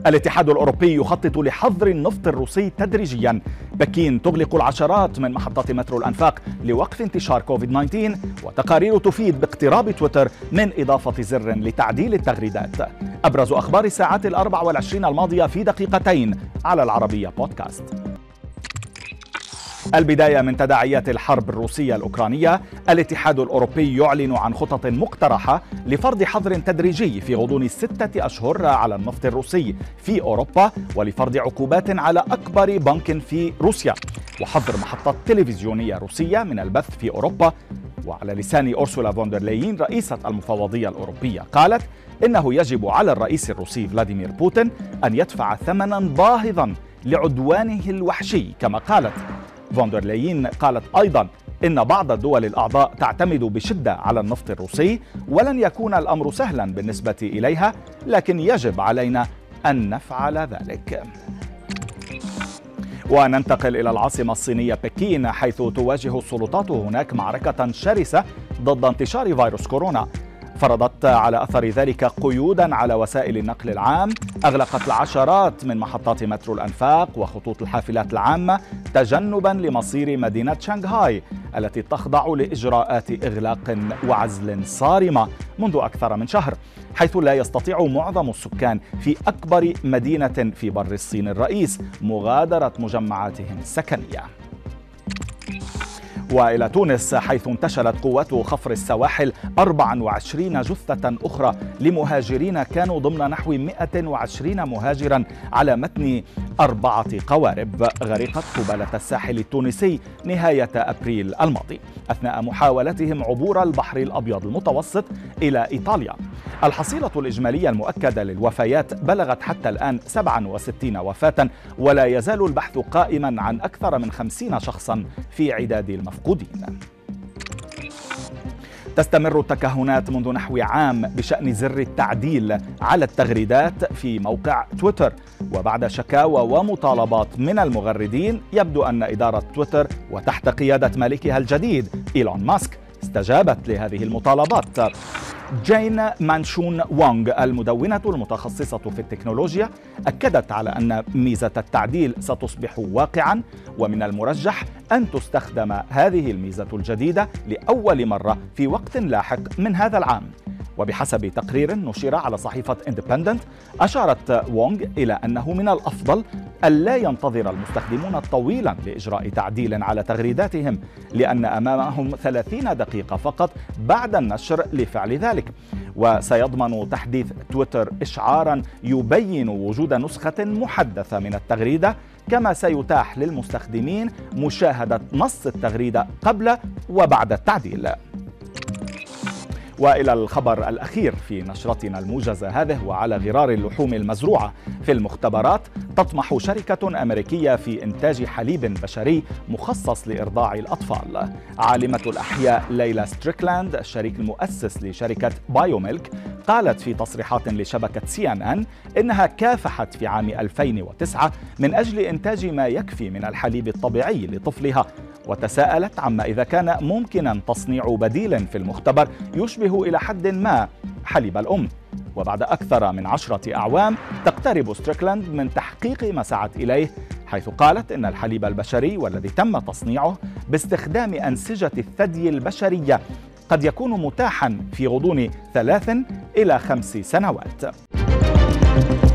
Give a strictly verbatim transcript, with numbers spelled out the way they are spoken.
الاتحاد الأوروبي يخطط لحظر النفط الروسي تدريجيا. بكين تغلق العشرات من محطات مترو الأنفاق لوقف انتشار كوفيد تسعة عشر، وتقارير تفيد باقتراب تويتر من إضافة زر لتعديل التغريدات. أبرز أخبار الساعات الأربع والعشرين الماضية في دقيقتين على العربية بودكاست. البداية من تداعيات الحرب الروسية الأوكرانية. الاتحاد الأوروبي يعلن عن خطط مقترحة لفرض حظر تدريجي في غضون ستة أشهر على النفط الروسي في أوروبا، ولفرض عقوبات على أكبر بنك في روسيا، وحظر محطات تلفزيونية روسية من البث في أوروبا. وعلى لسان أورسولا فوندر لايين رئيسة المفوضية الأوروبية قالت إنه يجب على الرئيس الروسي فلاديمير بوتين أن يدفع ثمنا باهظا لعدوانه الوحشي. كما قالت فوندر لايين قالت أيضا إن بعض الدول الأعضاء تعتمد بشدة على النفط الروسي، ولن يكون الأمر سهلا بالنسبة إليها، لكن يجب علينا أن نفعل ذلك. وننتقل إلى العاصمة الصينية بكين، حيث تواجه السلطات هناك معركة شرسة ضد انتشار فيروس كورونا. فرضت على أثر ذلك قيودا على وسائل النقل العام، أغلقت العشرات من محطات مترو الأنفاق وخطوط الحافلات العامة تجنبا لمصير مدينة شنغهاي التي تخضع لإجراءات إغلاق وعزل صارمة منذ أكثر من شهر، حيث لا يستطيع معظم السكان في أكبر مدينة في بر الصين الرئيس مغادرة مجمعاتهم السكنية. وإلى تونس، حيث انتشلت قوات خفر السواحل أربع وعشرين جثة أخرى لمهاجرين كانوا ضمن نحو مئة وعشرين مهاجرا على متن أربعة قوارب غرقت قبالة الساحل التونسي نهاية أبريل الماضي أثناء محاولتهم عبور البحر الأبيض المتوسط إلى إيطاليا. الحصيلة الإجمالية المؤكدة للوفيات بلغت حتى الآن سبعة وستين وفاة، ولا يزال البحث قائما عن أكثر من خمسين شخصا في عداد المفقودين. تستمر التكهنات منذ نحو عام بشأن زر التعديل على التغريدات في موقع تويتر، وبعد شكاوى ومطالبات من المغردين يبدو أن إدارة تويتر وتحت قيادة مالكها الجديد إيلون ماسك استجابت لهذه المطالبات. جين مانشون وونغ، المدونة المتخصصة في التكنولوجيا، أكدت على أن ميزة التعديل ستصبح واقعا، ومن المرجح أن تستخدم هذه الميزة الجديدة لأول مرة في وقت لاحق من هذا العام. وبحسب تقرير نشر على صحيفة إندبندنت، أشارت وونغ إلى أنه من الأفضل ألا ينتظر المستخدمون طويلا لإجراء تعديل على تغريداتهم، لأن أمامهم ثلاثين دقيقة فقط بعد النشر لفعل ذلك. وسيضمن تحديث تويتر إشعارا يبين وجود نسخة محدثة من التغريدة، كما سيتاح للمستخدمين مشاهدة نص التغريدة قبل وبعد التعديل. وإلى الخبر الأخير في نشرتنا الموجزة هذه، وعلى غرار اللحوم المزروعة في المختبرات، تطمح شركة أمريكية في إنتاج حليب بشري مخصص لإرضاع الأطفال. عالمة الأحياء ليلى ستريكلاند، الشريك المؤسس لشركة بايوميلك، قالت في تصريحات لشبكة سي إن إن إنها كافحت في عام ألفين وتسعة من أجل إنتاج ما يكفي من الحليب الطبيعي لطفلها، وتساءلت عما إذا كان ممكنا تصنيع بديل في المختبر يشبه إلى حد ما حليب الأم. وبعد أكثر من عشرة أعوام تقترب ستريكلاند من تحقيق ما سعت إليه، حيث قالت إن الحليب البشري والذي تم تصنيعه باستخدام أنسجة الثدي البشرية قد يكون متاحا في غضون ثلاث إلى خمس سنوات.